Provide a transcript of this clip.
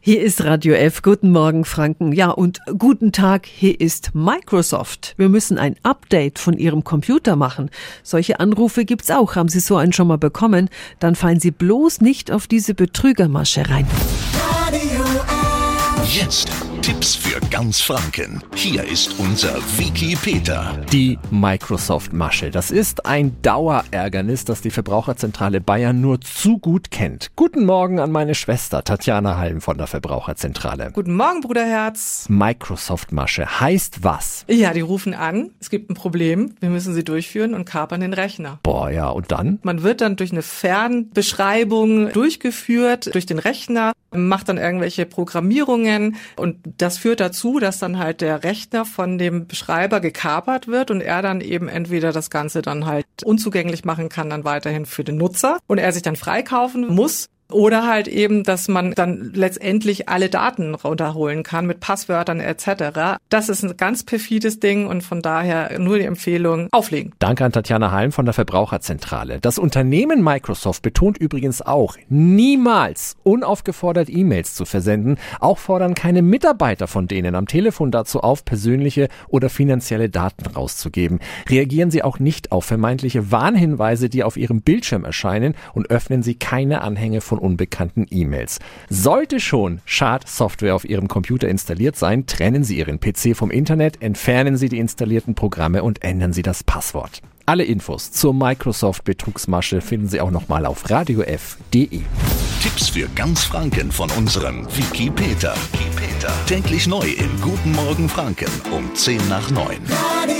Hier ist Radio F. Guten Morgen, Franken. Ja, und guten Tag, hier ist Microsoft. Wir müssen ein Update von Ihrem Computer machen. Solche Anrufe gibt's auch. Haben Sie so einen schon mal bekommen? Dann fallen Sie bloß nicht auf diese Betrügermasche rein. Radio F. Jetzt Tipps für ganz Franken. Hier ist unser Wiki Peter. Die Microsoft-Masche. Das ist ein Dauerärgernis, das die Verbraucherzentrale Bayern nur zu gut kennt. Guten Morgen an meine Schwester Tatjana Halm von der Verbraucherzentrale. Guten Morgen, Bruderherz. Microsoft-Masche heißt was? Ja, die rufen an, es gibt ein Problem, wir müssen sie durchführen und kapern den Rechner. Boah, ja, und dann? Man wird dann durch eine Fernbeschreibung durchgeführt, durch den Rechner, macht dann irgendwelche Programmierungen und das führt dazu, dass dann halt der Rechner von dem Beschreiber gekapert wird und er dann eben entweder das Ganze dann halt unzugänglich machen kann, dann weiterhin für den Nutzer und er sich dann freikaufen muss. Oder halt eben, dass man dann letztendlich alle Daten runterholen kann mit Passwörtern etc. Das ist ein ganz perfides Ding und von daher nur die Empfehlung, auflegen. Danke an Tatjana Halm von der Verbraucherzentrale. Das Unternehmen Microsoft betont übrigens auch, niemals unaufgefordert E-Mails zu versenden. Auch fordern keine Mitarbeiter von denen am Telefon dazu auf, persönliche oder finanzielle Daten rauszugeben. Reagieren Sie auch nicht auf vermeintliche Warnhinweise, die auf Ihrem Bildschirm erscheinen und öffnen Sie keine Anhänge von unbekannten E-Mails. Sollte schon Schadsoftware auf Ihrem Computer installiert sein, trennen Sie Ihren PC vom Internet, entfernen Sie die installierten Programme und ändern Sie das Passwort. Alle Infos zur Microsoft-Betrugsmasche finden Sie auch nochmal auf radiof.de. Tipps für ganz Franken von unserem Wiki Peter. Täglich neu im Guten Morgen Franken um 10 nach 9. Radio